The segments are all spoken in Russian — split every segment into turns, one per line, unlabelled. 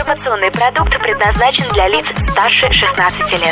Информационный продукт предназначен для лиц старше 16 лет.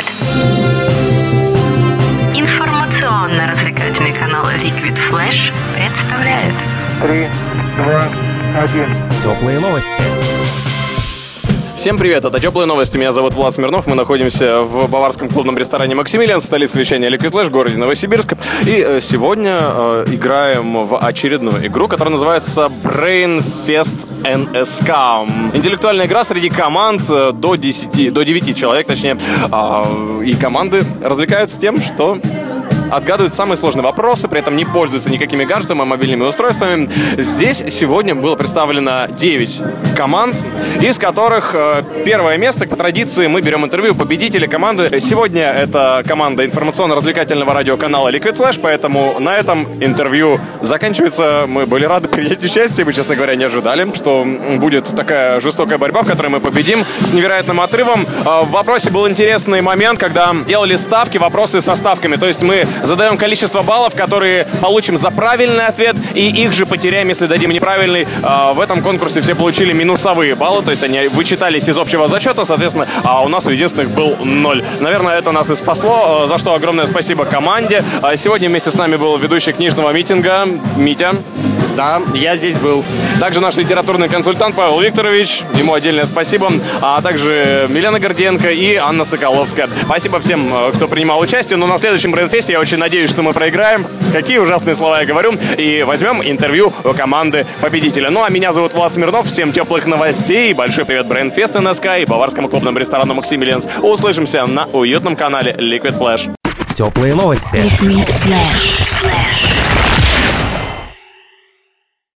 Информационно-развлекательный канал Liquid Flash представляет
3, 2, 1.
Теплые новости.
Всем привет, это «Теплые новости», меня зовут Влад Смирнов, мы находимся в баварском клубном ресторане «Максимилианс», столице вещания Liquid Flash в городе Новосибирск. И сегодня играем в очередную игру, которая называется Brain Fest NSK. Интеллектуальная игра среди команд до 9 человек, точнее. И команды развлекаются тем, что отгадывают самые сложные вопросы, при этом не пользуются никакими гаджетами, мобильными устройствами. Здесь сегодня было представлено 9 команд, из которых первое место, по традиции, мы берем интервью победителя команды. Сегодня это команда информационно-развлекательного радиоканала Liquid Flash, поэтому на этом интервью заканчивается. Мы были рады принять участие, мы, честно говоря, не ожидали, что будет такая жестокая борьба, в которой мы победим с невероятным отрывом. В вопросе был интересный момент, когда делали ставки, вопросы со ставками, то есть мы задаем количество баллов, которые получим за правильный ответ, и их же потеряем, если дадим неправильный. В этом конкурсе все получили минусовые баллы, то есть они вычитались из общего зачета, соответственно, а у нас у единственных был 0. Наверное, это нас и спасло, за что огромное спасибо команде. Сегодня вместе с нами был ведущий книжного митинга Митя.
Да, я здесь был.
Также наш литературный консультант Павел Викторович, ему отдельное спасибо, а также Милена Горденко и Анна Соколовская. Спасибо всем, кто принимал участие, но на следующем Брейнфесте я очень надеюсь, что мы проиграем. Какие ужасные слова я говорю. И возьмем интервью у команды победителя. Ну а меня зовут Влад Смирнов, всем теплых новостей, большой привет Брейнфест НСК и баварскому клубному ресторану Максимилианс. Услышимся на уютном канале Liquid Flash.
Теплые новости.
Liquid Flash.